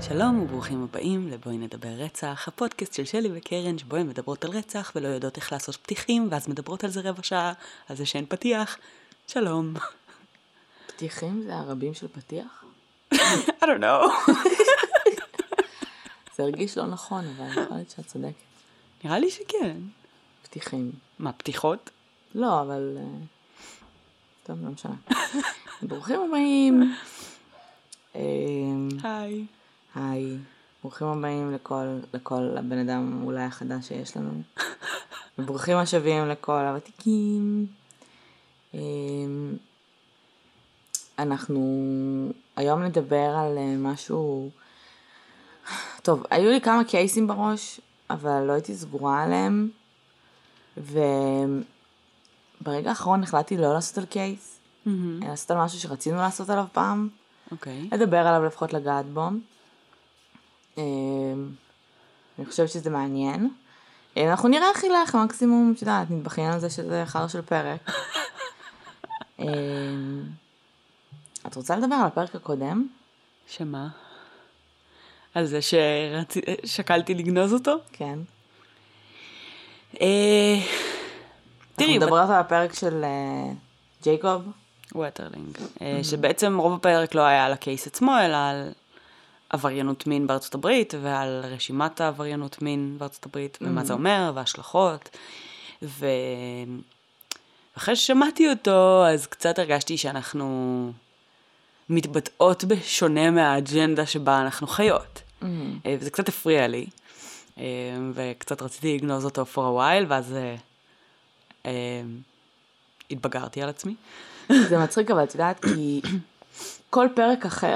שלום וברוכים הבאים לבואי נדבר רצח, הפודקאסט של שלי וקרן שבו הן מדברות על רצח ולא יודעות איך לעשות פתיחים ואז מדברות על זה רבע שעה, על זה שאין פתיח. שלום. פתיחים זה הרבים של פתיח? I don't know. זה הרגיש לא נכון, אבל אני חושבת שאת צודקת. נראה לי שכן. פתיחים. מה, פתיחות? לא, אבל... טוב, לא משנה. ברוכים הבאים. היי. היי. ברוכים הבאים לכל הבן אדם אולי החדש שיש לנו. וברוכים השבים לכל הוותיקים. אנחנו היום נדבר על משהו... טוב, היו לי כמה קייסים בראש, אבל לא הייתי סגורה עליהם. וברגע האחרון החלטתי לא לעשות על קייס. לעשות על משהו שרצינו לעשות עליו פעם. אוקיי. לדבר עליו, לפחות לגעת בו. אני חושבת שזה מעניין. אנחנו נראה איך ילך, מקסימום, שדעת, נתבחין על זה שזה אחר של פרק. את רוצה לדבר על הפרק הקודם? שמה? על זה ששקלתי לגנוז אותו? כן. תראי, אנחנו מדברות על הפרק של ג'ייקוב? ווטרלינג. שבעצם רוב הפרק לא היה על הקייס עצמו, אלא על עבריינות מין בארצות הברית, ועל רשימת העבריינות מין בארצות הברית, ומה זה אומר, וההשלכות. ואחרי ששמעתי אותו, אז קצת הרגשתי שאנחנו מתבטאות בשונה מהאג'נדה שבה אנחנו חיות. וזה קצת הפריע לי, וקצת רציתי לגנוז אותו for a while, ואז התבגרתי על עצמי. זה מצחיק, אבל את יודעת, כי כל פרק אחר,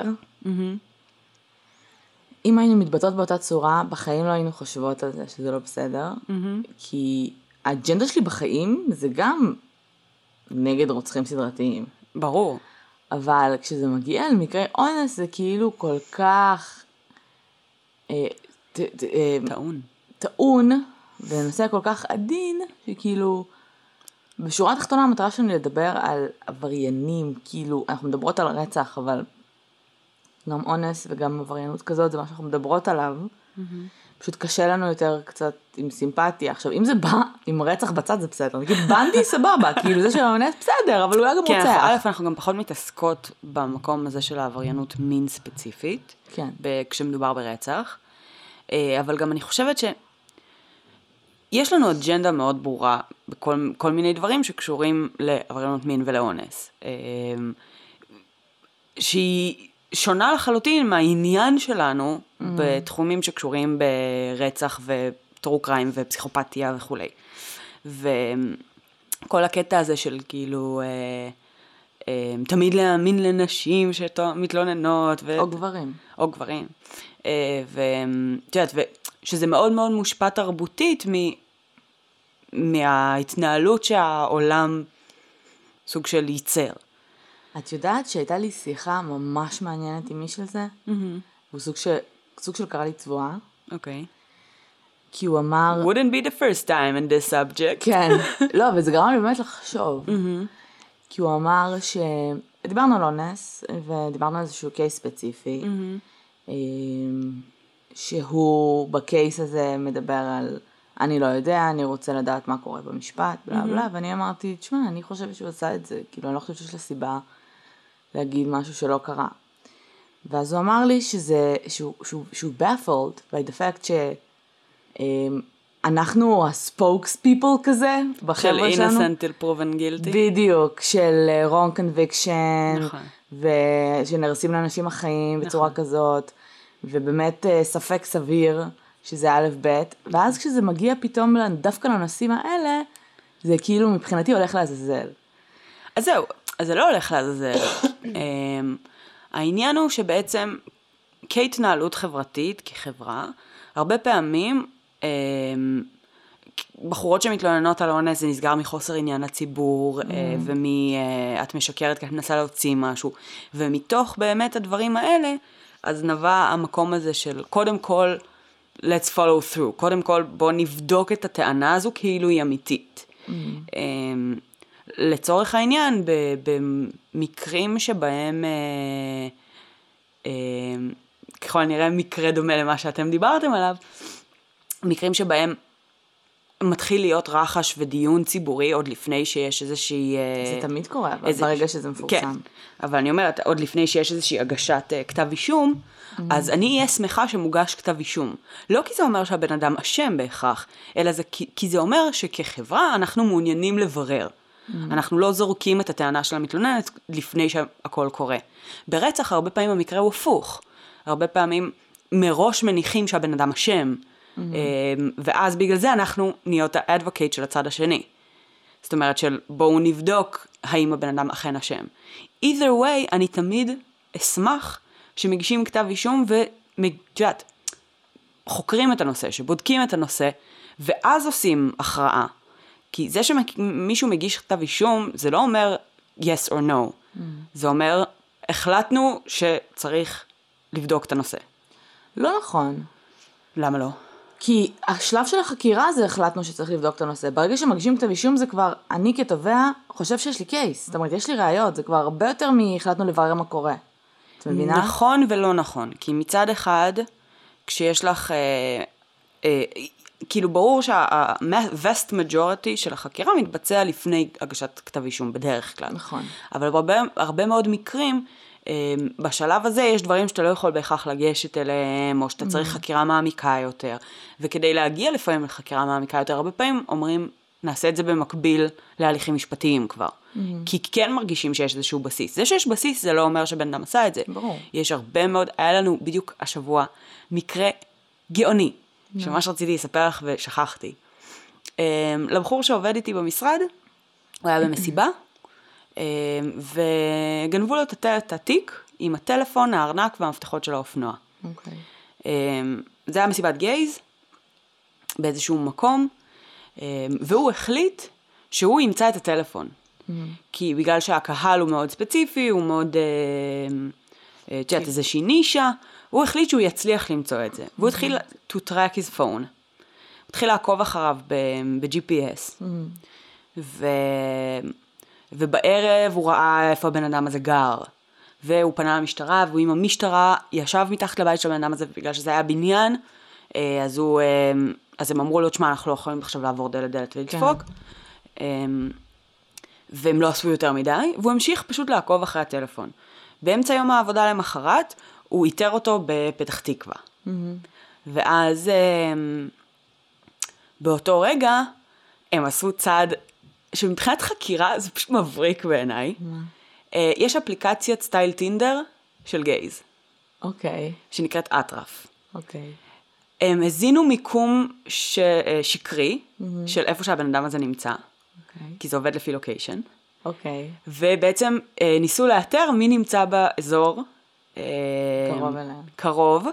אם היינו מתבטאות באותה צורה, בחיים לא היינו חושבות על זה, שזה לא בסדר. כי האג'נדה שלי בחיים זה גם נגד רוצחים סדרתיים. ברור. אבל כשזה מגיע למקרה אונס, זה כאילו כל כך טעון, ונושא כל כך עדין, שכאילו, בשורה התחתונה המטרה שלנו לדבר על עבריינים, כאילו, אנחנו מדברות על רצח, אבל גם אונס וגם עבריינות כזאת, זה מה שאנחנו מדברות עליו. פשוט קשה לנו יותר קצת עם סימפתיה. עכשיו, אם זה בא עם רצח בצד, זה בסדר. נגיד, בנדי סבבה, כאילו זה של האונס בסדר, אבל הוא היה גם רוצח. כן, א', אנחנו גם פחות מתעסקות במקום הזה של העבריינות מין ספציפית. כן. כשמדובר ברצח. אבל גם אני חושבת יש לנו אג'נדה מאוד ברורה בכל מיני דברים שקשורים לעבריינות מין ולאונס. שהיא שונה לחלוטין מהעניין שלנו בתחומים שקשורים ברצח וטרו קריים ופסיכופתיה וכו'. וכל הקטע הזה של כאילו תמיד להאמין לנשים שמתלוננות. או גברים. או גברים. שזה מאוד מאוד מושפע תרבותית מההתנהלות שהעולם סוג של ייצר. את יודעת שהייתה לי שיחה ממש מעניינת עם מישהו לזה? הוא סוג של קרא לי צבועה. אוקיי. כי הוא אמר... Wouldn't be the first time in this subject. כן. לא, וזה גרם לי באמת לחשוב. כי הוא אמר דיברנו על אונס, ודיברנו על איזשהו קייס ספציפי, שהוא בקייס הזה מדבר על, אני לא יודע, אני רוצה לדעת מה קורה במשפט, בלה בלה, ואני אמרתי, תשמע, אני חושבת שהוא עשה את זה, כאילו, אני לא חושבת שיש לה סיבה להגיד משהו שלא קרה. ואז הוא אמר לי שהוא baffled by the fact שאנחנו ה-spokes people כזה, בחבר'ה שלנו. של innocent till proven guilty. בדיוק, של wrong conviction, נכון. ושנרסים לאנשים החיים בצורה כזאת, ובאמת ספק סביר שזה א' ב', ואז כשזה מגיע פתאום דווקא לנושאים האלה, זה כאילו מבחינתי הולך לעזאזל. אז זהו, אז זה לא הולך לעזאזל. העניין הוא שבעצם כהתנהלות חברתית, כחברה, הרבה פעמים בחורות שמתלוננות על אונס זה נסגר מחוסר עניין לציבור, את משקרת כי את מנסה להוציא משהו, ומתוך באמת הדברים האלה, אז נבע המקום הזה של קודם כל, let's follow through, קודם כל בוא נבדוק את הטענה הזו כאילו היא אמיתית. לצורך העניין, במקרים שבהם ככל הנראה מקרה דומה למה שאתם דיברתם עליו, מקרים שבהם מתחיל להיות רחש ודיון ציבורי עוד לפני שיש איזושהי... זה תמיד קורה, אבל ברגע שזה מפורסם. כן, אבל אני אומרת, עוד לפני שיש איזושהי הגשת כתב אישום, אז אני אהיה שמחה שמוגש כתב אישום. לא כי זה אומר שהבן אדם אשם בהכרח, אלא זה כי זה אומר שכחברה אנחנו מעוניינים לברר. אנחנו לא זורקים את הטענה של המתלוננת לפני שהכל קורה. ברצח הרבה פעמים המקרה הוא הפוך. הרבה פעמים מראש מניחים שהבן אדם אשם, ואז בגלל זה אנחנו נהיות האדווקייט של הצד השני. זאת אומרת של בואו נבדוק האם הבן אדם אכן אשם. Either way, אני תמיד אשמח שמגישים כתב אישום חוקרים את הנושא, שבודקים את הנושא, ואז עושים הכרעה. כי זה שמישהו מגיש כתב אישום, זה לא אומר yes or no. זה אומר, החלטנו שצריך לבדוק את הנושא. לא נכון. למה לא? כי השלב של החקירה זה החלטנו שצריך לבדוק את הנושא. ברגע שמגישים כתב אישום זה כבר, אני כתובע חושב שיש לי קייס. זאת אומרת, יש לי ראיות, זה כבר הרבה יותר מהחלטנו לברר מה קורה. את מבינה? נכון ולא נכון. כי מצד אחד, כשיש לך... כאילו ברור שה-vast majority של החקירה מתבצע לפני הגשת כתב אישום בדרך כלל. נכון. אבל הרבה מאוד מקרים, בשלב הזה יש דברים שאתה לא יכול בהכרח לגשת אליהם, או שאתה צריך חקירה מעמיקה יותר. וכדי להגיע לפעמים לחקירה מעמיקה יותר, הרבה פעמים אומרים, נעשה את זה במקביל להליכים משפטיים כבר. כי כן מרגישים שיש איזשהו בסיס. זה שיש בסיס זה לא אומר שבן אדם עשה את זה. ברור. יש הרבה מאוד, היה לנו בדיוק השבוע מקרה גאוני. שממש רציתי לספר לך ושכחתי. לבחור שעובד איתי במשרד, הוא היה במסיבה, וגנבו לו את התיק עם הטלפון, הארנק והמפתחות של האופנוע. זה היה מסיבת גייז, באיזשהו מקום, והוא החליט שהוא ימצא את הטלפון. כי בגלל שהקהל הוא מאוד ספציפי, הוא מאוד, תשעת איזושהי נישה, הוא החליט שהוא יצליח למצוא את זה. והוא התחיל to track his phone. הוא התחיל לעקוב אחריו ב-GPS. ובערב הוא ראה איפה הבן אדם הזה גר. והוא פנה למשטרה, והוא עם המשטרה ישב מתחת לבית של הבן אדם הזה, בגלל שזה היה בניין, אז הם אמרו לו, תשמע, אנחנו לא יכולים עכשיו לעבור דלת ולדפוק. והם לא עשו יותר מדי, והוא המשיך פשוט לעקוב אחרי הטלפון. באמצע יום העבודה למחרת, הוא איתר אותו בפתח תקווה. ואז באותו רגע הם עשו צעד שמבחינת חקירה זה פשוט מבריק בעיניי. יש אפליקציית סטייל טינדר של גייז. אוקיי. שנקראת אטרף. אוקיי. הם הזינו מיקום שקרי של איפה שהבן אדם הזה נמצא. כי זה עובד לפי לוקיישן. אוקיי. ובעצם ניסו לאתר מי נמצא באזור קרוב אליהם. קרוב,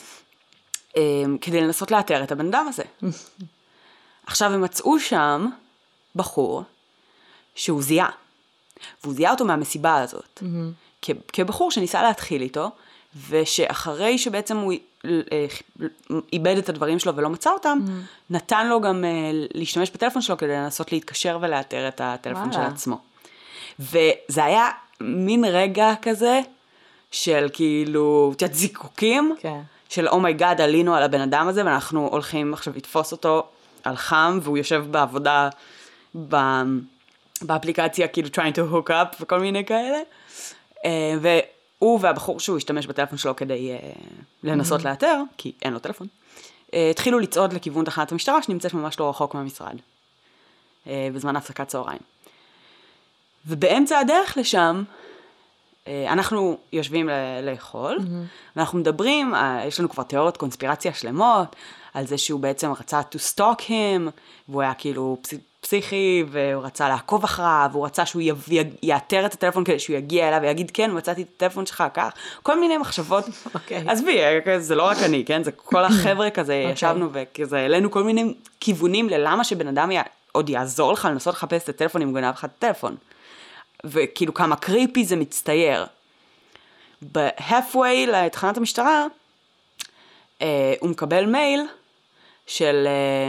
כדי לנסות לאתר את הבן אדם הזה. עכשיו הם מצאו שם בחור שהוא זיהה, והוא זיהה אותו מהמסיבה הזאת, כבחור שניסה להתחיל איתו, ושאחרי שבעצם הוא איבד את הדברים שלו ולא מצא אותם, נתן לו גם להשתמש בטלפון שלו כדי לנסות להתקשר ולאתר את הטלפון של עצמו. וזה היה מין רגע כזה, של כאילו, תיאת זיקוקים, של אומייגאד, עלינו על הבן אדם הזה, ואנחנו הולכים עכשיו לתפוס אותו על חם, והוא יושב בעבודה, באפליקציה, כאילו, trying to hook up, וכל מיני כאלה. והוא והבחור שהוא השתמש בטלפון שלו כדי לנסות לאתר, כי אין לו טלפון, התחילו לצעוד לכיוון תחנת המשטרה, שנמצאת ממש לא רחוק מהמשרד, בזמן הפסקת צהריים. ובאמצע הדרך לשם, אנחנו יושבים לאכול, ואנחנו מדברים, יש לנו כבר תיאוריות קונספירציה שלמות, על זה שהוא בעצם רצה to stalk him, והוא היה כאילו פסיכי, והוא רצה לעקוב אחריו, והוא רצה שהוא יאתר את הטלפון כדי שהוא יגיע אליו, ויגיד, כן, מצאתי את הטלפון שלך כך, כל מיני מחשבות, עזבי, זה לא רק אני, כן, זה כל החבר'ה כזה, ישבנו וכזה, העלינו כל מיני כיוונים ללמה שבן אדם עוד יעזור לך לנסות לחפש את הטלפון, אם הוא גנב לך את הטלפון. וכאילו כמה קריפי זה מצטייר. ב-halfway לתחנת המשטרה, הוא מקבל מייל של,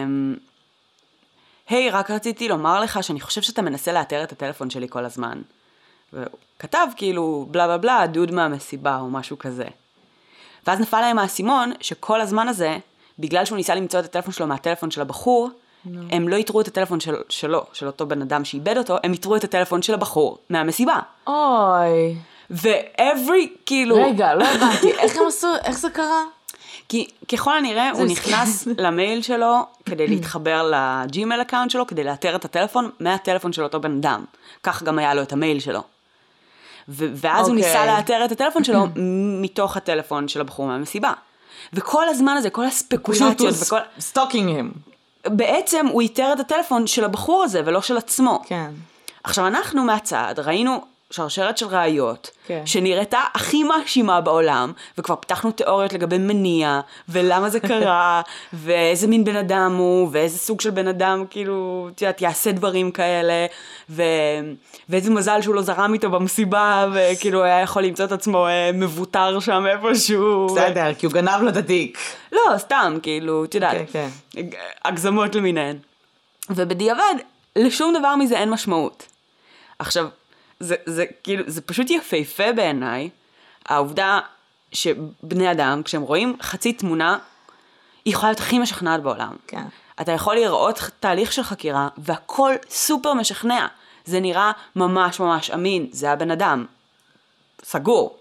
היי, רק רציתי לומר לך שאני חושב שאתה מנסה לאתר את הטלפון שלי כל הזמן. והוא כתב כאילו בלה בלה בלה, דוד מהמסיבה או משהו כזה. ואז נפל להם האסימון שכל הזמן הזה, בגלל שהוא ניסה למצוא את הטלפון שלו מהטלפון של הבחור, הם לא יתרו את הטלפון שלו, של אותו בן אדם שאיבד אותו, הם יתרו את הטלפון של הבחור מהמסיבה. אוי. כאילו... רגע, לא הבנתי, איך הם עשו, איך זה קרה? כי ככל הנראה הוא נכנס למייל שלו כדי להתחבר לג'ימייל אקאונט שלו, כדי לאתר את הטלפון מהטלפון של אותו בן אדם. כך גם היה לו את המייל שלו. ואז הוא ניסה לאתר את הטלפון שלו מתוך הטלפון של הבחור מהמסיבה. וכל הזמן הזה, כל הספקולציות וכל... סטוקינג הם. בעצם הוא איתר את הטלפון של הבחור הזה ולא של עצמו. כן. עכשיו אנחנו מהצד ראינו שרשרת של ראיות, שנראתה הכי מאשימה בעולם, וכבר פיתחנו תיאוריות לגבי מניע, ולמה זה קרה, ואיזה מין בן אדם הוא, ואיזה סוג של בן אדם, כאילו, יעשה דברים כאלה, ואיזה מזל שהוא לא זרם איתו במסיבה, וכאילו היה יכול למצוא את עצמו מבוטר שם איפשהו. בסדר, כי הוא גנב לו את התיק. לא, סתם, כאילו, תדעת, הגזמות למיניהן. ובדיעבד, לשום דבר מזה אין משמעות. עכשיו, זה פשוט יפהפה בעיניי, העובדה שבני אדם, כשהם רואים חצי תמונה, היא יכולה להיות הכי משכנעת בעולם. כן. אתה יכול לראות תהליך של חקירה, והכל סופר משכנע. זה נראה ממש ממש אמין, זה הבן אדם. סגור.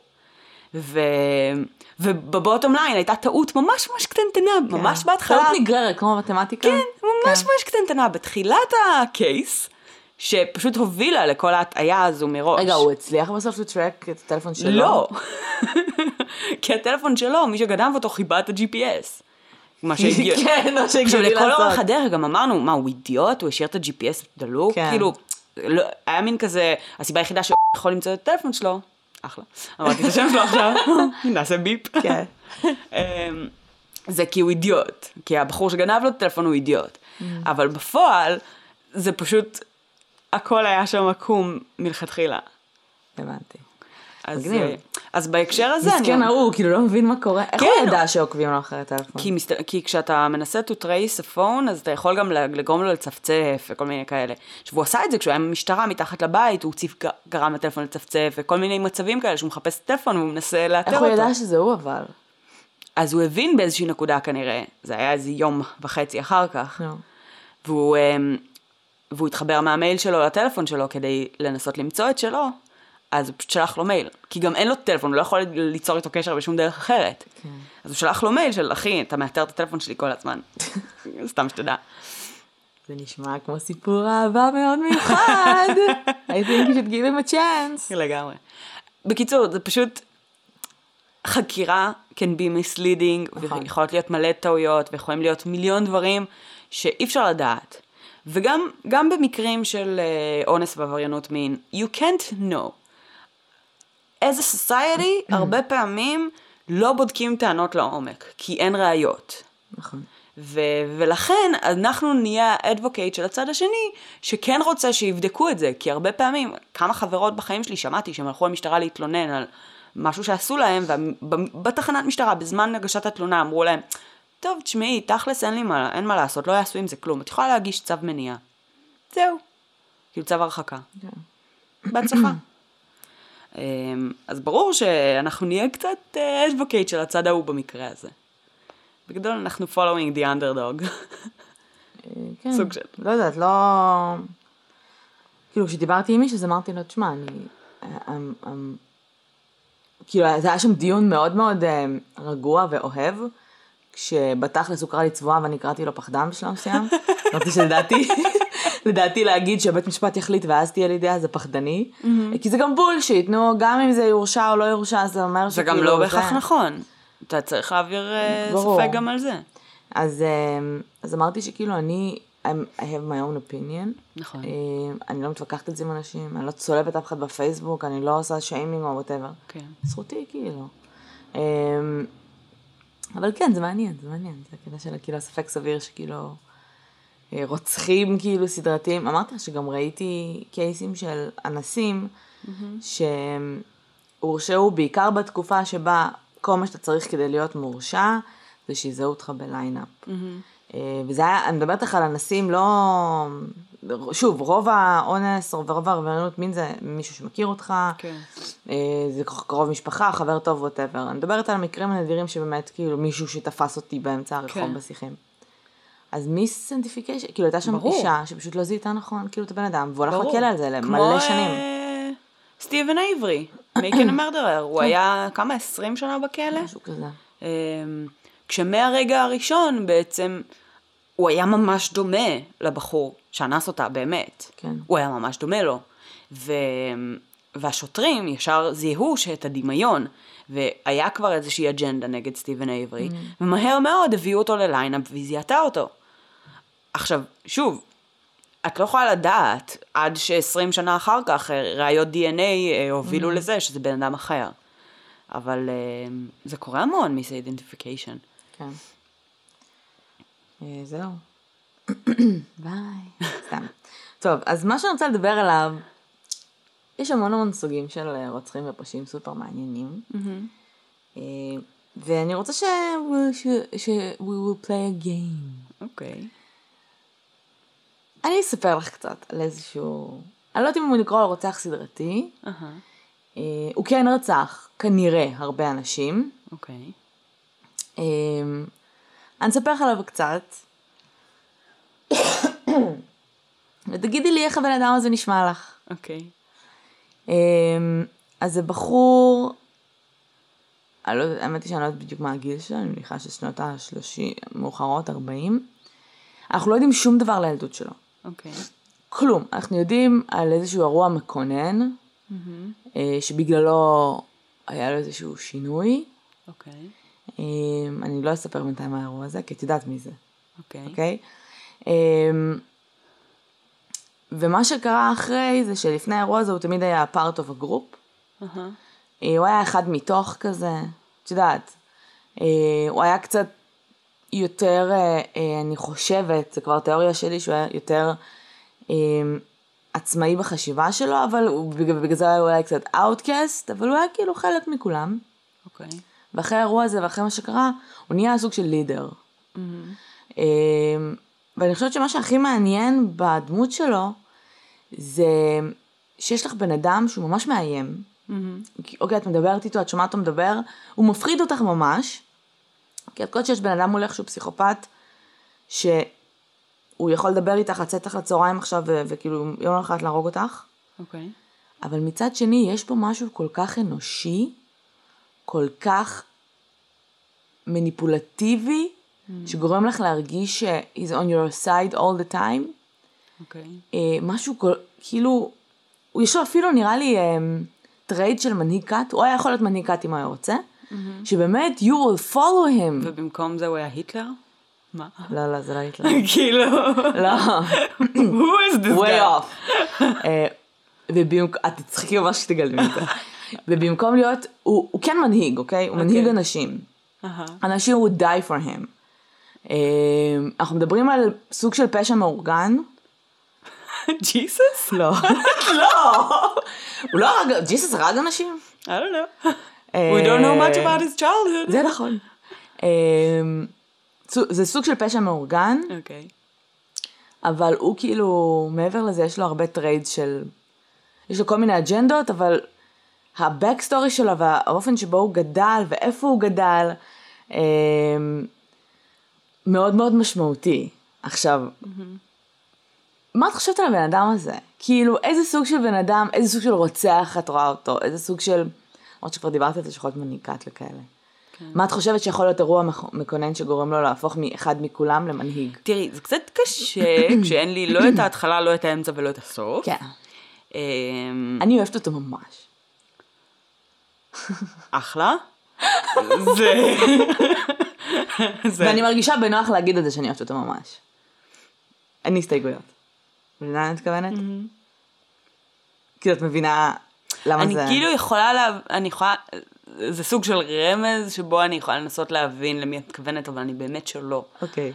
ובבוטום ליין הייתה טעות ממש ממש קטנטנה, ממש בהתחלה. טעות נגררת, כמו מתמטיקה. כן, ממש ממש קטנטנה. בתחילת הקייס, שפשוט הובילה לכל ההטעיה הזו מראש. רגע, הוא הצליח בסוף לטרק את הטלפון שלו? לא. כי הטלפון שלו, מי שגנב אותו חיבה את ה-GPS. מה שהגיע. כן, מה שהגיע עכשיו, לי לעשות. לכל אורך הדרך גם אמרנו, מה, הוא אידיוט? הוא השאיר את ה-GPS דלוק? כאילו, היה מין כזה, הסיבה היחידה שהוא יכול למצוא את הטלפון שלו, אחלה. אמרתי את השם שלו עכשיו, נעשה ביפ. כן. זה כי הוא אידיוט. כי הבחור שגנב לו את הטלפון הוא אידיוט. אבל בפועל, זה פשוט... הכל היה שם עקום מלכתחילה. הבנתי. אז בהקשר הזה... מסכן ההוא, כאילו לא מבין מה קורה. איך הוא ידע שעוקבים לו אחרי הטלפון? כי כשאתה מנסה to trace a phone, אז אתה יכול גם לגרום לו לצפצף וכל מיני כאלה. והוא עשה את זה כשהוא היה במשטרה מתחת לבית, הוא גרם לטלפון לצפצף, וכל מיני מצבים כאלה שהוא מחפש את הטלפון והוא מנסה לאתר אותו. איך הוא ידע שזה הוא אבל? אז הוא הבין באיזושהי נקודה כנראה, זה היה איזה יום וחצי אחר כך, והוא התחבר מהמייל שלו לטלפון שלו כדי לנסות למצוא את שלו, אז הוא פשוט שלח לו מייל. כי גם אין לו טלפון, הוא לא יכול ליצור איתו קשר בשום דרך אחרת. אז הוא שלח לו מייל של, אחי, אתה מאתר את הטלפון שלי כל הזמן. סתם שתדע. זה נשמע כמו סיפור אהבה מאוד מיוחד. I think you should give him a chance. לגמרי. בקיצור, זה פשוט חקירה can be misleading, ויכולות להיות מלא טעויות, ויכולים להיות מיליון דברים שאי אפשר לדעת. וגם במקרים של אונס ועבריינות מין, you can't know. as a society, הרבה פעמים לא בודקים טענות לעומק, כי אין ראיות. נכון. ולכן אנחנו נהיה האדבוקייט של הצד השני, שכן רוצה שיבדקו את זה, כי הרבה פעמים, כמה חברות בחיים שלי שמעתי, שהם הלכו למשטרה להתלונן על משהו שעשו להם, ובתחנת משטרה, בזמן הגשת התלונה, אמרו להם, טוב, תשמעי, תכלס אין מה לעשות, לא יעשו עם זה כלום, את יכולה להגיש צו מניעה. זהו. כאילו צו הרחקה. בהצלחה. אז ברור שאנחנו נהיה קצת אדבוקייט של הצד ההוא במקרה הזה. בגדול אנחנו following the underdog. כן. סוג של. לא יודעת, לא... כאילו, כשדיברתי עם מישהו, אז אמרתי לו, תשמע, כאילו, זה היה שם דיון מאוד מאוד רגוע ואוהב, כשבתכלס הוא קרא לי צבועה ואני קראתי לו פחדם בשלב מסוים. אמרתי לדעתי להגיד שבית משפט יחליט ואז תהיה לידיעה זה פחדני. כי זה גם בולשיט, נו, גם אם זה יורשע או לא יורשע, זה אומר שכאילו... זה גם לא בהכרח נכון. אתה צריך להעביר ספק גם על זה. אז אמרתי שכאילו אני, I have my own opinion. נכון. אני לא מתווכחת את זה עם אנשים, אני לא צולבת אף אחד בפייסבוק, אני לא עושה שיימינג או whatever. כן. זכותי כאילו. אבל כן, זה מעניין. זה כדי של כאילו הספק סביר שכאילו רוצחים כאילו סדרתיים. אמרתי שגם ראיתי קייסים של אנסים שהורשעו בעיקר בתקופה שבה כל מה שאתה צריך כדי להיות מורשע זה שיזהו אותך בליינאפ. וזה היה, אני מדברת לך על אנסים לא... שוב, רוב האונס ורוב העבריינות מין זה מישהו שמכיר אותך, זה קרוב משפחה, חבר טוב, whatever. אני מדברת על המקרים הנדירים שבאמת כאילו מישהו שתפס אותי באמצע הרחוב בשיחים. אז מיס-סנטיפיקיישן, כאילו הייתה שם אישה שפשוט לא זיהתה נכון, כאילו את הבן אדם, והוא הלך לכלא על זה למלא שנים. כמו סטיבן אייברי, מייקן המרדרר, הוא היה כמה 20 שנה בכלא? משהו כזה. כשמהרגע הראשון בעצם הוא היה ממש דומה לבחור שאנס אותה באמת. כן. הוא היה ממש דומה לו. והשוטרים ישר זיהו שאת הדמיון, והיה כבר איזושהי אג'נדה נגד סטיבן אייברי, ומהר מאוד הביאו אותו לליינאפ וזיהתה אותו. עכשיו, שוב, את לא יכולה לדעת עד ש20 שנה אחר כך ראיות DNA הובילו לזה שזה בן אדם אחר. אבל זה קורה המון מיס-אידנטיפיקיישן. כן. זהו. ביי. סתם. טוב, אז מה שאני רוצה לדבר עליו, יש המון סוגים של רוצחים ופושעים סופר מעניינים. ואני רוצה we will play a game. אוקיי. אני אספר לך קצת על איזשהו... אני לא יודעת אם הוא נקרא לו רוצח סדרתי. הוא כן רצח, כנראה, הרבה אנשים. אוקיי. אני אספר לך עליו קצת. ותגידי לי איך הבן אדם הזה נשמע לך. אוקיי. אז זה בחור, האמת היא שאני לא יודעת בדיוק מה הגיל שלו, אני מניחה ששנות ה-30, מאוחרות 40. אנחנו לא יודעים שום דבר לילדות שלו. אוקיי. כלום. אנחנו יודעים על איזשהו אירוע מקונן, שבגללו היה לו איזשהו שינוי. אוקיי. אני לא אספר בינתיים מה האירוע הזה, כי את יודעת מי זה. אוקיי. אוקיי? ומה שקרה אחרי זה שלפני האירוע הזה הוא תמיד היה part of a group. הוא היה אחד מתוך כזה, את יודעת. הוא היה קצת יותר, אני חושבת, זה כבר תיאוריה שלי, שהוא היה יותר עצמאי בחשיבה שלו, אבל בגלל זה הוא היה קצת outcast, אבל הוא היה כאילו חלק מכולם. אוקיי. ואחרי האירוע הזה ואחרי מה שקרה, הוא נהיה סוג של לידר. ואני חושבת שמה שהכי מעניין בדמות שלו, זה שיש לך בן אדם שהוא ממש מאיים. אוקיי, את מדברת איתו, את שומעת אותו מדבר, הוא מפחיד אותך ממש, כי את קודם שיש בן אדם מולך שהוא פסיכופת, שהוא יכול לדבר איתך, לצאת לך לצהריים עכשיו, וכאילו יום אחד להרוג אותך. אוקיי. אבל מצד שני, יש פה משהו כל כך אנושי, כל כך מניפולטיבי, שגורם לך להרגיש he's on your side all the time. אוקיי. משהו כאילו, יש לו אפילו נראה לי טרייד של מנהיג קאט, הוא היה יכול להיות מנהיג קאט אם הוא היה רוצה, שבאמת you will follow him. ובמקום זה הוא היה היטלר? מה? לא, זה לא היטלר. כאילו. לא. Who is this guy? way off. את תצחקי ממש שתגלמי את זה. ובמקום להיות, הוא כן מנהיג, אוקיי? הוא מנהיג אנשים. אנשים הוא die for him. אנחנו מדברים על סוג של פשע מאורגן. ג'יסוס? לא. לא. הוא לא הרג, ג'יסוס הרג אנשים? I don't know. We don't know much about his childhood. זה נכון. זה סוג של פשע מאורגן. אוקיי. אבל הוא כאילו, מעבר לזה יש לו הרבה טרייד של, יש לו כל מיני אג'נדות, אבל הבקסטורי שלו והאופן שבו הוא גדל ואיפה הוא גדל, מאוד מאוד משמעותי. עכשיו, מה את חושבת על הבן אדם הזה? כאילו, איזה סוג של בן אדם, איזה סוג של רוצח את רואה אותו? איזה סוג של, למרות שכבר דיברת על זה שיכול להיות מנהיגת לכאלה. מה את חושבת שיכול להיות אירוע מקונן שגורם לו להפוך מאחד מכולם למנהיג? תראי, זה קצת קשה כשאין לי לא את ההתחלה, לא את האמצע ולא את הסוף. כן. אני אוהבת אותו ממש. אחלה. ואני מרגישה בנוח להגיד את זה שאני אוהבת אותו ממש. אין לי הסתייגויות. מבינה אני מתכוונת? כאילו את מבינה למה זה... אני כאילו יכולה, זה סוג של רמז שבו אני יכולה לנסות להבין למי את מתכוונת, אבל אני באמת שלא. אוקיי.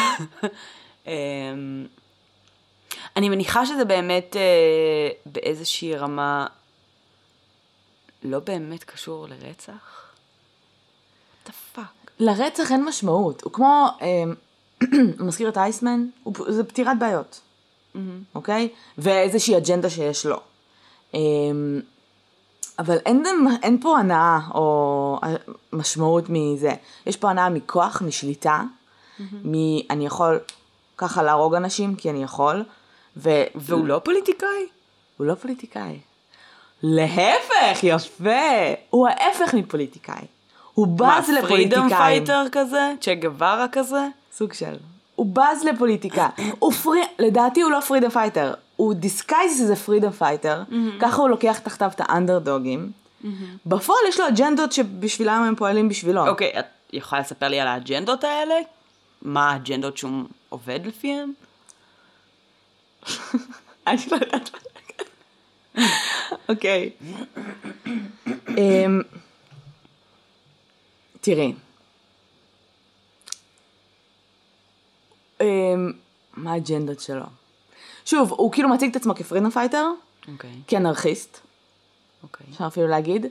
אני מניחה שזה באמת באיזושהי רמה לא באמת קשור לרצח. What the fuck? לרצח אין משמעות. הוא כמו, הוא מזכיר את אייסמן, זה פתירת בעיות. אוקיי? ואיזושהי אג'נדה שיש לו. אבל אין פה הנאה או משמעות מזה. יש פה הנאה מכוח, משליטה, אני יכול ככה להרוג אנשים, כי אני יכול. והוא לא פוליטיקאי? הוא לא פוליטיקאי. להפך, יפה. הוא ההפך מפוליטיקאי. הוא בז לפוליטיקאים. מה, פרידום פייטר כזה? צ'ה גווארה כזה? סוג של. הוא בז לפוליטיקה. לדעתי הוא לא פרידום פייטר. הוא דיסקייז איזה פרידום פייטר. ככה הוא לוקח תחתיו את האנדרדוגים. בפועל יש לו אג'נדות שבשבילם הם פועלים בשבילו. אוקיי, את יכולה לספר לי על האג'נדות האלה? מה האג'נדות שהוא עובד לפיהם? אני לא יודעת. אוקיי. תראי. מה האג'נדות שלו? שוב, הוא כאילו מציג את עצמו כפרידום פייטר, כאנרכיסט, אפשר אפילו להגיד.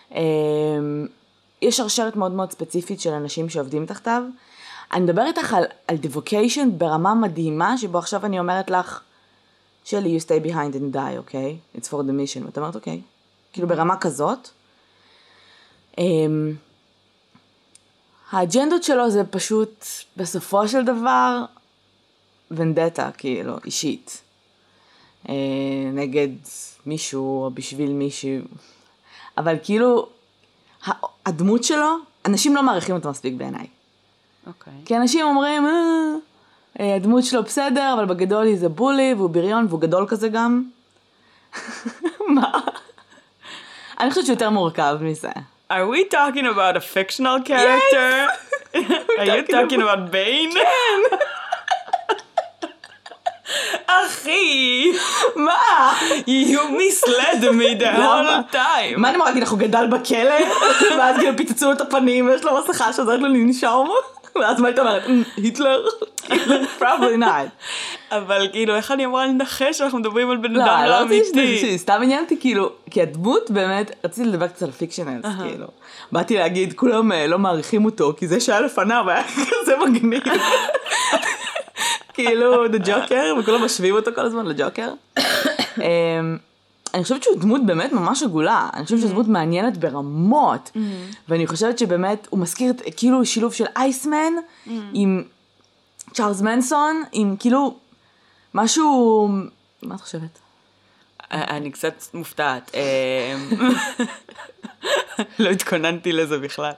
יש שרשרת מאוד מאוד ספציפית של אנשים שעובדים תחתיו. אני מדברת איתך על devocation ברמה מדהימה, שבו עכשיו אני אומרת לך, שלי, you stay behind and die, okay? It's for the mission. ואת אומרת, אוקיי. כאילו ברמה כזאת. האג'נדות שלו זה פשוט, בסופו של דבר, ונדטה, כאילו, אישית. נגד מישהו או בשביל מישהו. אבל כאילו, הדמות שלו, אנשים לא מעריכים אותו מספיק בעיניי. אוקיי. כי אנשים אומרים, הדמות שלו בסדר, אבל בגדול היא זה בולי, והוא בריון, והוא גדול כזה גם. מה? אני חושבת שיותר מורכב מזה. Are we talking about a fictional character? Yes! Are you talking about Bane? כן! אחי! מה? You misled me the whole time. מה אני אמורה להגיד לך, הוא גדל בכלא? ואז כאילו פיצצו לו את הפנים, ויש לו מסכה שעוזרת לו לנשום? ואז מה היית אומרת? היטלר? Probably not. אבל כאילו, איך אני אמורה לנחש שאנחנו מדברים על בן אדם לא אמיתי? סתם עניין אותי כאילו, כי הדמות באמת, רציתי לדבר קצת על פיקשנלס, כאילו. באתי להגיד, כולם לא מעריכים אותו, כי זה שהיה לפניו, היה כזה מגניב. כאילו, The Joker, וכולם משווים אותו כל הזמן לג'וקר. אני חושבת שהוא דמות באמת ממש עגולה, אני חושבת שהוא דמות מעניינת ברמות, ואני חושבת שבאמת הוא מזכיר כאילו שילוב של אייסמן עם צ'ארלס מנסון, עם כאילו משהו, מה את חושבת? אני קצת מופתעת, לא התכוננתי לזה בכלל.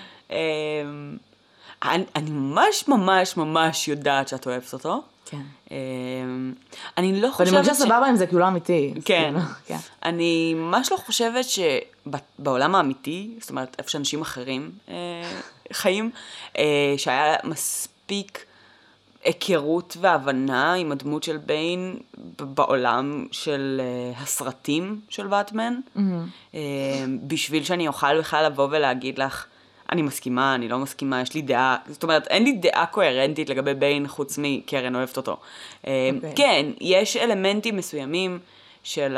אני ממש ממש ממש יודעת שאת אוהבת אותו. כן. אני לא חושבת ואני מרגישה סבבה עם זה, כי הוא לא אמיתי. כן. אני ממש לא חושבת שבעולם האמיתי, זאת אומרת, איפה שאנשים אחרים חיים, שהיה מספיק היכרות והבנה עם הדמות של ביין בעולם של הסרטים של באטמן, בשביל שאני אוכל בכלל לבוא ולהגיד לך, אני מסכימה, אני לא מסכימה, יש לי דעה, זאת אומרת, אין לי דעה קוהרנטית לגבי ביין חוץ מקרן אוהבת אותו. כן, יש אלמנטים מסוימים של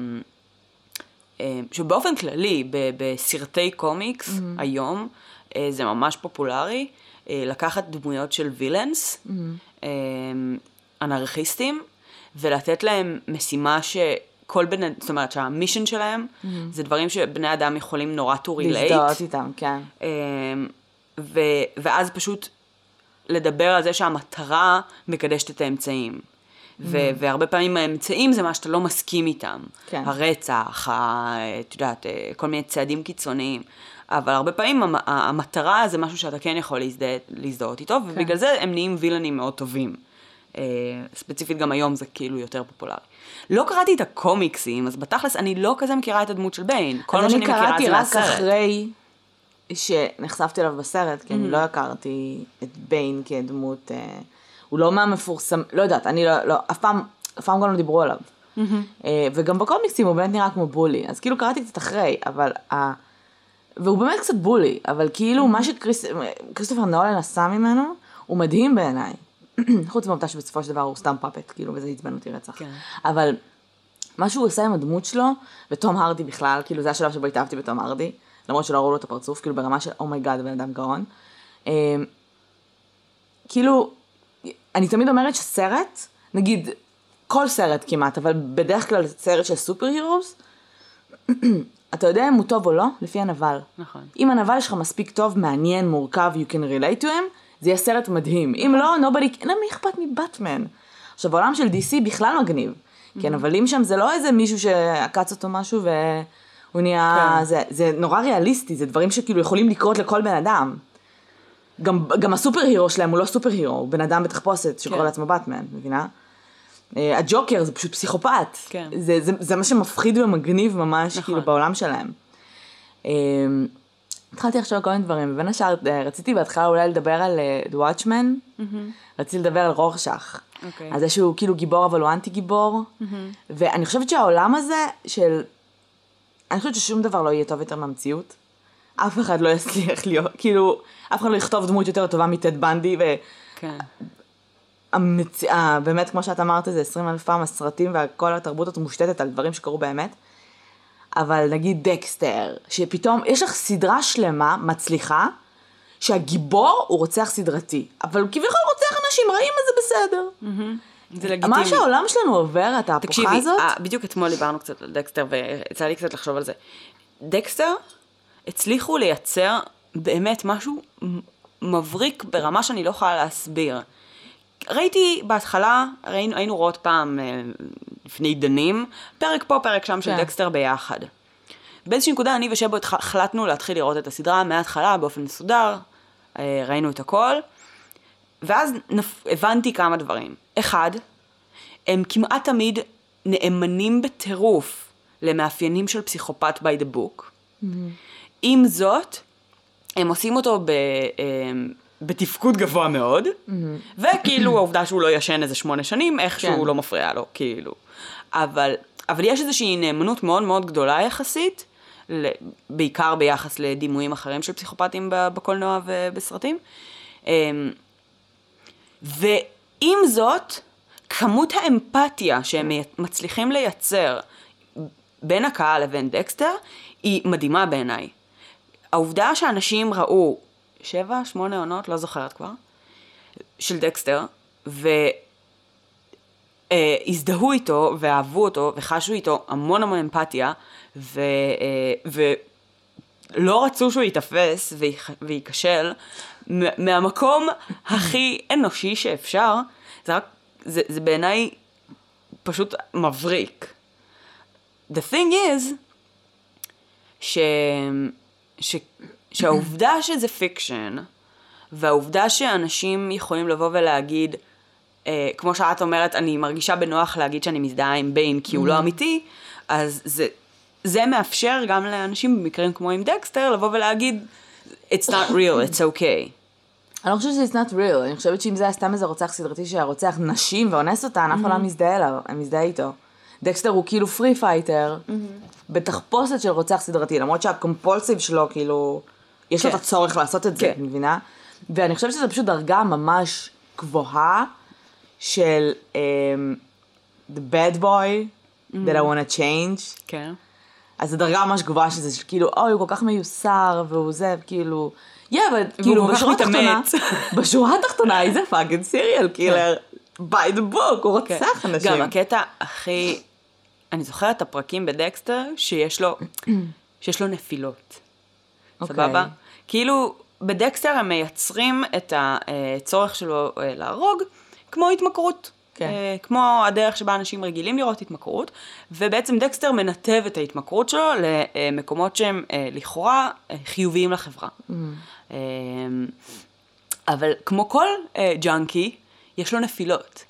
שבאופן כללי, בסרטי קומיקס היום, זה ממש פופולרי, לקחת דמויות של וילנס, אנרכיסטים, ולתת להם משימה זאת אומרת שהמישן שלהם, זה דברים שבני אדם יכולים נורא to relate. להזדהות איתם, כן. ואז פשוט לדבר על זה שהמטרה מקדשת את האמצעים. והרבה פעמים האמצעים זה מה שאתה לא מסכים איתם. כן. הרצח, את יודעת, כל מיני צעדים קיצוניים. אבל הרבה פעמים המטרה זה משהו שאתה כן יכול להזדהות איתו, ובגלל זה הם נהיים וילנים מאוד טובים. ספציפית גם היום זה כאילו יותר פופולרי. לא קראתי את הקומיקסים, אז בתכלס אני לא כזה מכירה את הדמות של ביין. כל מה שאני מכירה זה מהסרט. אז אני קראתי רק אחרי שנחשפתי אליו בסרט, כי אני לא הכרתי את ביין כדמות, הוא לא מהמפורסם, לא יודעת, אני לא, אף פעם גם לא דיברו עליו. וגם בקומיקסים הוא באמת נראה כמו בולי, אז כאילו קראתי קצת אחרי, אבל והוא באמת קצת בולי, אבל כאילו מה שכריסטופר נולן עשה ממנו, הוא מדהים בעיניי. חוץ מהעובדה שבסופו של דבר הוא סתם פאפט, כאילו, וזה עצבן אותי רצח. כן. אבל מה שהוא עושה עם הדמות שלו, ותום הרדי בכלל, כאילו זה השלב שבו התאהבתי בתום הרדי, למרות שלא ראו לו את הפרצוף, כאילו ברמה של, אומייגאד, בן אדם גאון. כאילו, אני תמיד אומרת שסרט, נגיד, כל סרט כמעט, אבל בדרך כלל סרט של סופר הירוס, אתה יודע אם הוא טוב או לא? לפי הנבל. נכון. אם הנבל שלך מספיק טוב, מעניין, מורכב, you can relate to him, זה יהיה סרט מדהים. אם לא, nobody, מי אכפת מבטמן? עכשיו, בעולם של DC בכלל מגניב. כי הנבלים שם זה לא איזה מישהו שעקץ אותו משהו והוא נהיה, זה נורא ריאליסטי, זה דברים שכאילו יכולים לקרות לכל בן אדם. גם הסופר הירו שלהם הוא לא סופר הירו, הוא בן אדם בתחפושת שקורא לעצמו באטמן, מבינה? הג'וקר זה פשוט פסיכופת. כן. זה מה שמפחיד ומגניב ממש כאילו בעולם שלהם. התחלתי לחשוב כל מיני דברים, ובין השאר רציתי בהתחלה אולי לדבר על The Watchmen, רציתי לדבר על רורשך. על זה שהוא כאילו גיבור אבל הוא אנטי גיבור, ואני חושבת שהעולם הזה אני חושבת ששום דבר לא יהיה טוב יותר מהמציאות. אף אחד לא יצליח להיות, כאילו, אף אחד לא יכתוב דמות יותר טובה מטד בנדי, באמת כמו שאת אמרת זה 20,000 פעם הסרטים וכל התרבות הזאת מושתתת על דברים שקרו באמת. אבל נגיד דקסטר, שפתאום יש לך סדרה שלמה, מצליחה, שהגיבור הוא רוצח סדרתי, אבל הוא כביכול רוצח אנשים רעים, אז זה בסדר. זה לגיטימי. מה שהעולם שלנו עובר, את ההפוכה הזאת? תקשיבי, בדיוק אתמול דיברנו קצת על דקסטר, ויצא לי קצת לחשוב על זה. דקסטר הצליחו לייצר באמת משהו מבריק ברמה שאני לא יכולה להסביר. ראיתי בהתחלה, היינו רואות פעם לפני דנים, פרק פה, פרק שם של דקסטר ביחד. באיזושהי נקודה אני ושבו החלטנו להתחיל לראות את הסדרה מההתחלה באופן מסודר, ראינו את הכל, ואז הבנתי כמה דברים. אחד, הם כמעט תמיד נאמנים בטירוף למאפיינים של פסיכופת by the book. עם זאת, הם עושים אותו בתפקוד גבוה מאוד, וכאילו העובדה שהוא לא ישן איזה 8 שנים, איכשהו לא מפריע לו, כאילו. אבל יש איזושהי נאמנות מאוד מאוד גדולה יחסית, בעיקר ביחס לדימויים אחרים של פסיכופטים בקולנוע ובסרטים. ועם זאת, כמות האמפתיה שהם מצליחים לייצר בין הקהל לבין דקסטר, היא מדהימה בעיניי. העובדה שאנשים ראו 7, 8 עונות, לא זוכרת כבר, של דקסטר, והזדהו איתו, ואהבו אותו, וחשו איתו המון המון אמפתיה, ולא רצו שהוא יתאפס וייכשל, מהמקום הכי אנושי שאפשר, זה בעיניי פשוט מבריק. The thing is, שהעובדה שזה פיקשן, והעובדה שאנשים יכולים לבוא ולהגיד, כמו שאת אומרת, אני מרגישה בנוח להגיד שאני מזדהה עם ביין, כי הוא לא אמיתי, אז זה מאפשר גם לאנשים במקרים כמו עם דקסטר, לבוא ולהגיד, it's not real, it's okay. אני לא חושבת שזה not real, אני חושבת שאם זה היה סתם איזה רוצח סדרתי שרוצח נשים ואונס אותן, אף אחד לא מזדהה איתו. דקסטר הוא כאילו פרי פייטר, בתחפושת של רוצח סדרתי, למרות שהקומפולסיב שלו כאילו, יש לו את הצורך לעשות את זה, מבינה? ואני חושבת שזה פשוט דרגה ממש גבוהה של the bad boy that I want to change. כן. אז זו דרגה ממש גבוהה שזה כאילו, אוי, הוא כל כך מיוסר, והוא זה, כאילו, אבל כאילו בשורה התחתונה, איזה פאקינג סיריאל קילר, by the book, הוא רוצח אנשים. גם הקטע הכי, אני זוכרת את הפרקים בדקסטר, שיש לו נפילות. סבבה? כאילו, בדקסטר הם מייצרים את הצורך שלו להרוג, כמו התמכרות. כמו הדרך שבה אנשים רגילים לראות התמכרות, ובעצם דקסטר מנתב את ההתמכרות שלו למקומות שהם לכאורה חיוביים לחברה. אבל כמו כל ג'אנקי, יש לו נפילות.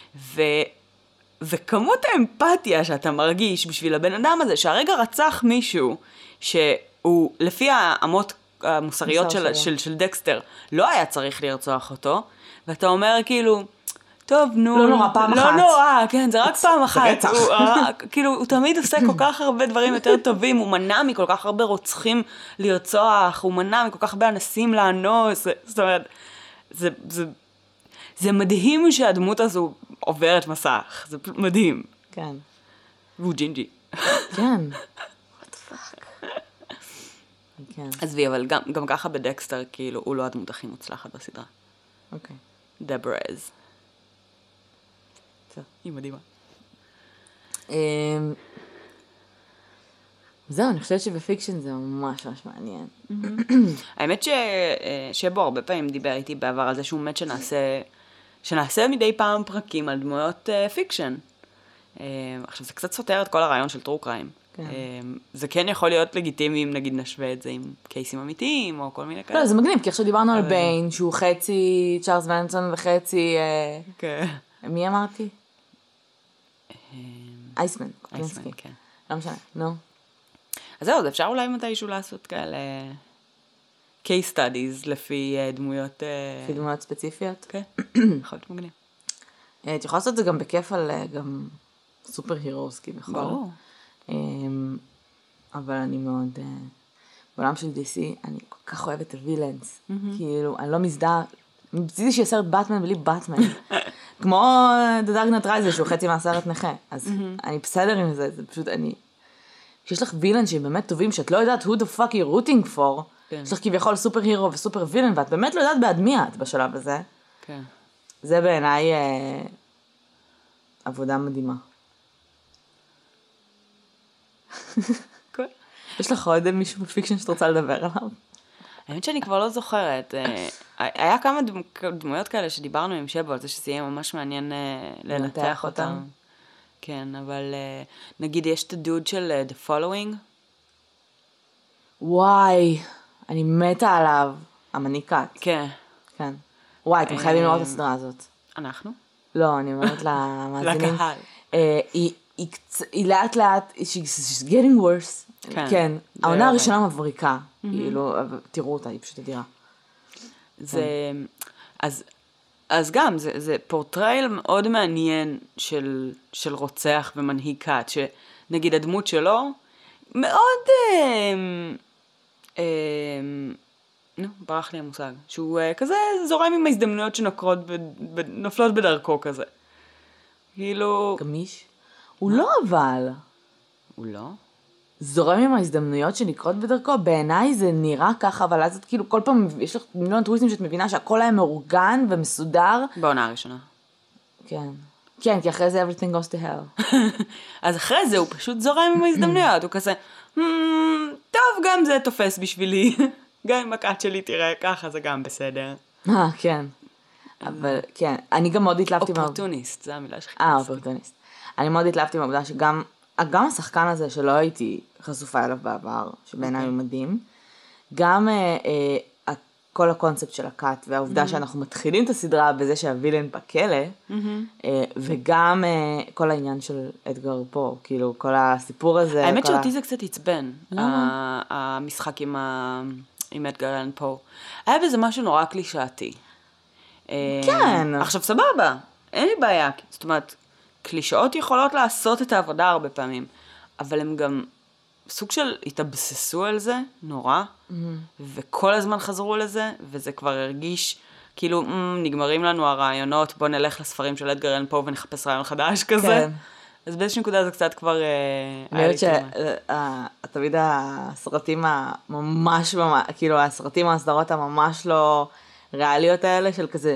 וכמות האמפתיה שאתה מרגיש בשביל הבן אדם הזה, שהרגע רצח מישהו שהוא לפי האמות המוסריות של דקסטר, לא היה צריך לרצוח אותו, ואתה אומר כאילו, טוב, נו. לא נורא, פעם אחת. לא נורא, כן, זה רק פעם אחת. כאילו, הוא תמיד עושה כל כך הרבה דברים יותר טובים, הוא מנע מכל כך הרבה רוצחים לרצוח, הוא מנע מכל כך הרבה אנסים לאנוס, זאת אומרת, זה מדהים שהדמות הזו עוברת מסך, זה מדהים. כן. והוא ג'ינג'י. כן. What the fuck. כן. עזבי, אבל גם ככה בדקסטר, כאילו, הוא לא הדמות הכי מוצלחת בסדרה. אוקיי. דברז. היא מדהימה. זהו, אני חושבת שבפיקשן זה ממש ממש מעניין. האמת שבו הרבה פעמים דיבר איתי בעבר על זה שהוא מת שנעשה מדי פעם פרקים על דמויות פיקשן. עכשיו זה קצת סותר את כל הרעיון של טרו קריים. זה כן יכול להיות לגיטימי אם נגיד נשווה את זה עם קייסים אמיתיים או כל מיני כאלה. לא, זה מגניב, כי עכשיו דיברנו על ביין, שהוא חצי צ'ארלס מנסון וחצי... מי אמרתי? אייסמן. אייסמן, כן. לא משנה, נו. אז זהו, אפשר אולי מתישהו לעשות כאלה case studies לפי דמויות... לפי דמויות ספציפיות? כן, יכול להיות מגניב. את יכולה לעשות את זה גם בכיף על גם סופר הירוס, כביכול. ברור. אבל אני מאוד... בעולם של DC, אני כל כך אוהבת את הווילנס. כאילו, אני לא מזדהה... מצידי שיהיה סרט באטמן בלי באטמן. כמו The Dark Knight Rises, שהוא חצי מהסרט נכה. אז אני בסדר עם זה, זה פשוט אני... כשיש לך וילן שהם באמת טובים, שאת לא יודעת who the fuck you're rooting for, יש לך כביכול סופר הירו וסופר וילן, ואת באמת לא יודעת בעד מי את בשלב הזה. כן. זה בעיניי עבודה מדהימה. יש לך עוד מישהו בפיקשן שאת רוצה לדבר עליו? האמת שאני כבר לא זוכרת. היה כמה דמויות כאלה שדיברנו עם שבו על זה שזה יהיה ממש מעניין לנתח אותם. כן, אבל נגיד יש את הדוד של The Following. וואי, אני מתה עליו. המניקת. כן. כן. וואי, אתם חייבים לראות את הסדרה הזאת. אנחנו? לא, אני אומרת למאזינים. לקהל. היא לאט לאט, she's getting worse. כן. העונה הראשונה מבריקה. תראו אותה, היא פשוט אדירה. אז גם, זה פורטרייל מאוד מעניין של רוצח ומנהיג כת, שנגיד הדמות שלו מאוד, ברח לי המושג, שהוא כזה זורם עם ההזדמנויות שנופלות בדרכו כזה. כאילו... גמיש? הוא לא אבל. הוא לא? זורם עם ההזדמנויות שנקרות בדרכו, בעיניי זה נראה ככה, אבל אז את כאילו כל פעם, יש לך מיליון טוויסטים שאת מבינה שהכל היה מאורגן ומסודר. בעונה הראשונה. כן. כן, כי אחרי זה everything goes to hell. אז אחרי זה הוא פשוט זורם עם ההזדמנויות, הוא כזה, טוב, גם זה תופס בשבילי. גם אם הכת שלי תראה ככה, זה גם בסדר. כן. אבל כן, אני גם מאוד התלהבתי... אופורטוניסט, זה המילה שחיפשתי. אופורטוניסט. אני מאוד התלהבתי מהעובדה שגם השחקן הזה שלא הייתי חשופה אליו בעבר, שבעיניי הוא מדהים, גם כל הקונספט של הכת, והעובדה שאנחנו מתחילים את הסדרה בזה שהווילן בכלא, וגם כל העניין של אדגר פה, כאילו כל הסיפור הזה. האמת שאותי זה קצת עצבן, המשחק עם אדגר אלן פה. היה בזה משהו נורא קלישאתי. כן. עכשיו סבבה, אין לי בעיה, זאת אומרת, קלישאות יכולות לעשות את העבודה הרבה פעמים, אבל הם גם סוג של התאבססו על זה, נורא, וכל הזמן חזרו לזה, וזה כבר הרגיש, כאילו, נגמרים לנו הרעיונות, בוא נלך לספרים של אדגר אלן פה ונחפש רעיון חדש כזה. כן. אז באיזושהי נקודה זה קצת כבר... אני יודעת שתמיד הסרטים הממש, כאילו הסרטים הסדרות הממש לא ריאליות האלה, של כזה,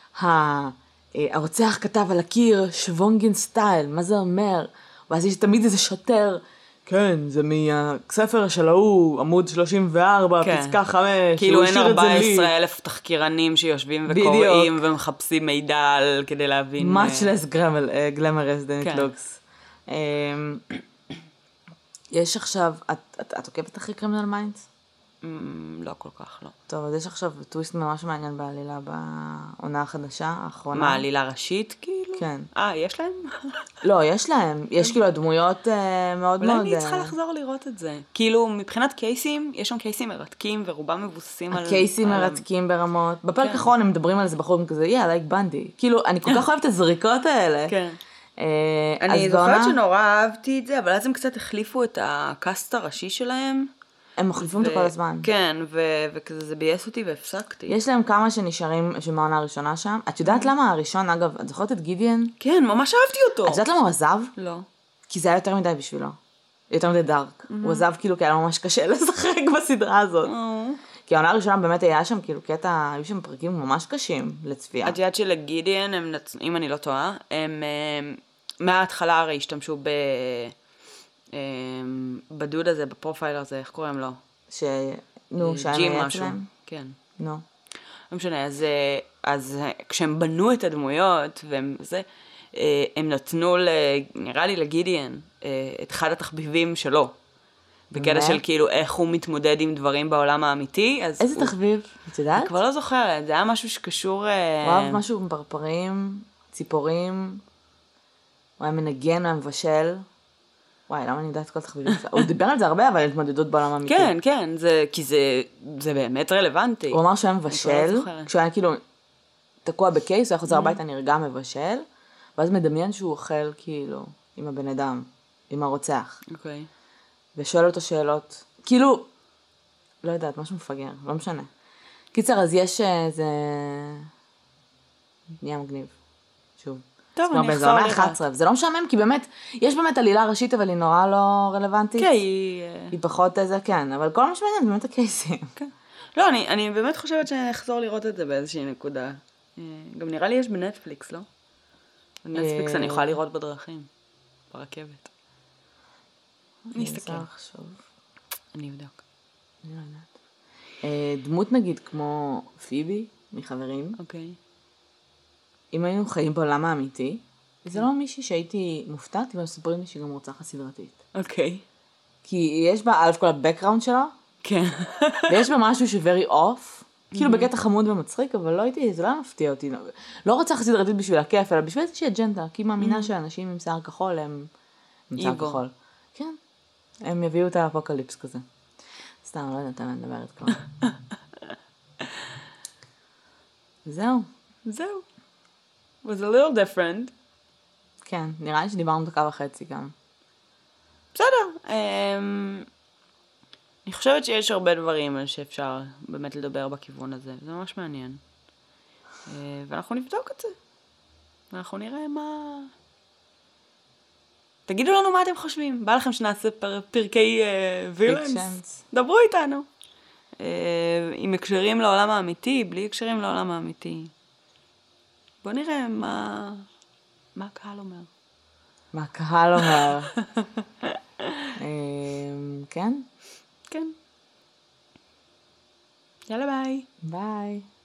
הרוצח כתב על הקיר שוונגן סטייל, מה זה אומר? ואז יש תמיד איזה שוטר, כן, זה מהספר של ההוא, עמוד 34, כן. פסקה 5, כאילו אין 14,000 תחקירנים שיושבים וקוראים ומחפשים מידע כדי להבין. much less glamorous than it looks. יש עכשיו, את עוקבת אחרי קרימינל מיינדס? לא כל כך, לא. טוב, אז יש עכשיו טוויסט ממש מעניין בעלילה בעונה החדשה, האחרונה. מה, עלילה ראשית כאילו? כן. יש להם? לא, יש להם. יש כאילו הדמויות מאוד מאוד... אולי אני צריכה לחזור לראות את זה. כאילו, מבחינת קייסים, יש שם קייסים מרתקים, ורובם מבוססים על... הקייסים מרתקים ברמות. בפרק האחרון הם מדברים על זה בחור כזה, like בנדי. כאילו, אני כל כך אוהבת את הזריקות האלה. כן. אני זוכרת שנורא אהבתי את זה, אבל אז הם קצת החליפו את הקאסט הראשי שלהם. הם מחליפים אותו כל הזמן. כן, וכזה זה בייס אותי והפסקתי. יש להם כמה שנשארים שמעונה הראשונה שם. את יודעת למה הראשון, אגב, את זוכרת את גידיאן? כן, ממש אהבתי אותו. את יודעת למה הוא עזב? לא. כי זה היה יותר מדי בשבילו. יותר מדי דארק. הוא עזב כאילו כי היה ממש קשה לשחק בסדרה הזאת. כי העונה הראשונה באמת היה שם כאילו קטע, היו שם פרקים ממש קשים לצפייה. את יודעת שלגידיאן, אם אני לא טועה, הם מההתחלה הרי השתמשו בדוד הזה, בפרופייל הזה, איך קוראים לו? נו, שהיה ג'ים מייעץ משהו. להם? כן. נו. לא משנה, אז כשהם בנו את הדמויות, הם נתנו, נראה לי לגידיאן, את אחד התחביבים שלו. בקטע של כאילו איך הוא מתמודד עם דברים בעולם האמיתי. איזה תחביב? את יודעת? אני כבר לא זוכרת, זה היה משהו שקשור... הוא אוהב משהו עם פרפרים, ציפורים, הוא היה מנגן, הוא היה מבשל. וואי, למה אני יודעת כל תחביבים? הוא דיבר על זה הרבה, אבל התמודדות בעולם האמיתי. כן, כן, כי זה באמת רלוונטי. הוא אמר שהוא היה מבשל, כשהוא היה כאילו תקוע בקייס, הוא היה חוזר הביתה נרגע מבשל, ואז מדמיין שהוא אוכל כאילו עם הבן אדם, עם הרוצח. אוקיי. ושואל אותו שאלות, כאילו, לא יודעת, משהו מפגר, לא משנה. קיצר, אז יש איזה... נהיה מגניב, שוב. טוב, אני אחזור לראות. 11, זה לא משעמם, כי באמת, יש באמת עלילה ראשית, אבל היא נורא לא רלוונטית. כן, היא פחות איזה, כן, אבל כל מה שמעניין, באמת הקייסים. כן. לא, אני באמת חושבת שאני אחזור לראות את זה באיזושהי נקודה. גם נראה לי יש בנטפליקס, לא? בנטפליקס אני יכולה לראות בדרכים, ברכבת. אני אסתכל. אני אבדוק. אני לא יודעת. דמות נגיד כמו פיבי, מחברים. אוקיי. אם היינו חיים בעולם האמיתי, זה לא מישהי שהייתי מופתעת, אבל ספרים לי שהיא גם רוצחת סדרתית. אוקיי. כי יש בה אלף כל הבקראונד שלה, כן. ויש בה משהו ש-very off, כאילו בקטע חמוד ומצחיק, אבל לא הייתי, זה לא מפתיע אותי. לא רוצחת סדרתית בשביל הכיף, אלא בשביל איזושהי אג'נדה, כי היא מאמינה שאנשים עם שיער כחול הם עם שיער כחול. כן. הם יביאו את האפוקליפס כזה. סתם, לא יודעת, אני מדברת כבר. זהו. זהו. was a little different. כן, נראה לי שדיברנו דקה וחצי גם. בסדר. אני חושבת שיש הרבה דברים שאפשר באמת לדבר בכיוון הזה. זה ממש מעניין. ואנחנו נבדוק את זה. ואנחנו נראה מה... תגידו לנו מה אתם חושבים. בא לכם שנעשה פרקי וילנס? דברו איתנו. עם הקשרים לעולם האמיתי, בלי הקשרים לעולם האמיתי. בוא נראה מה הקהל אומר. מה הקהל אומר. כן? כן. יאללה ביי. ביי.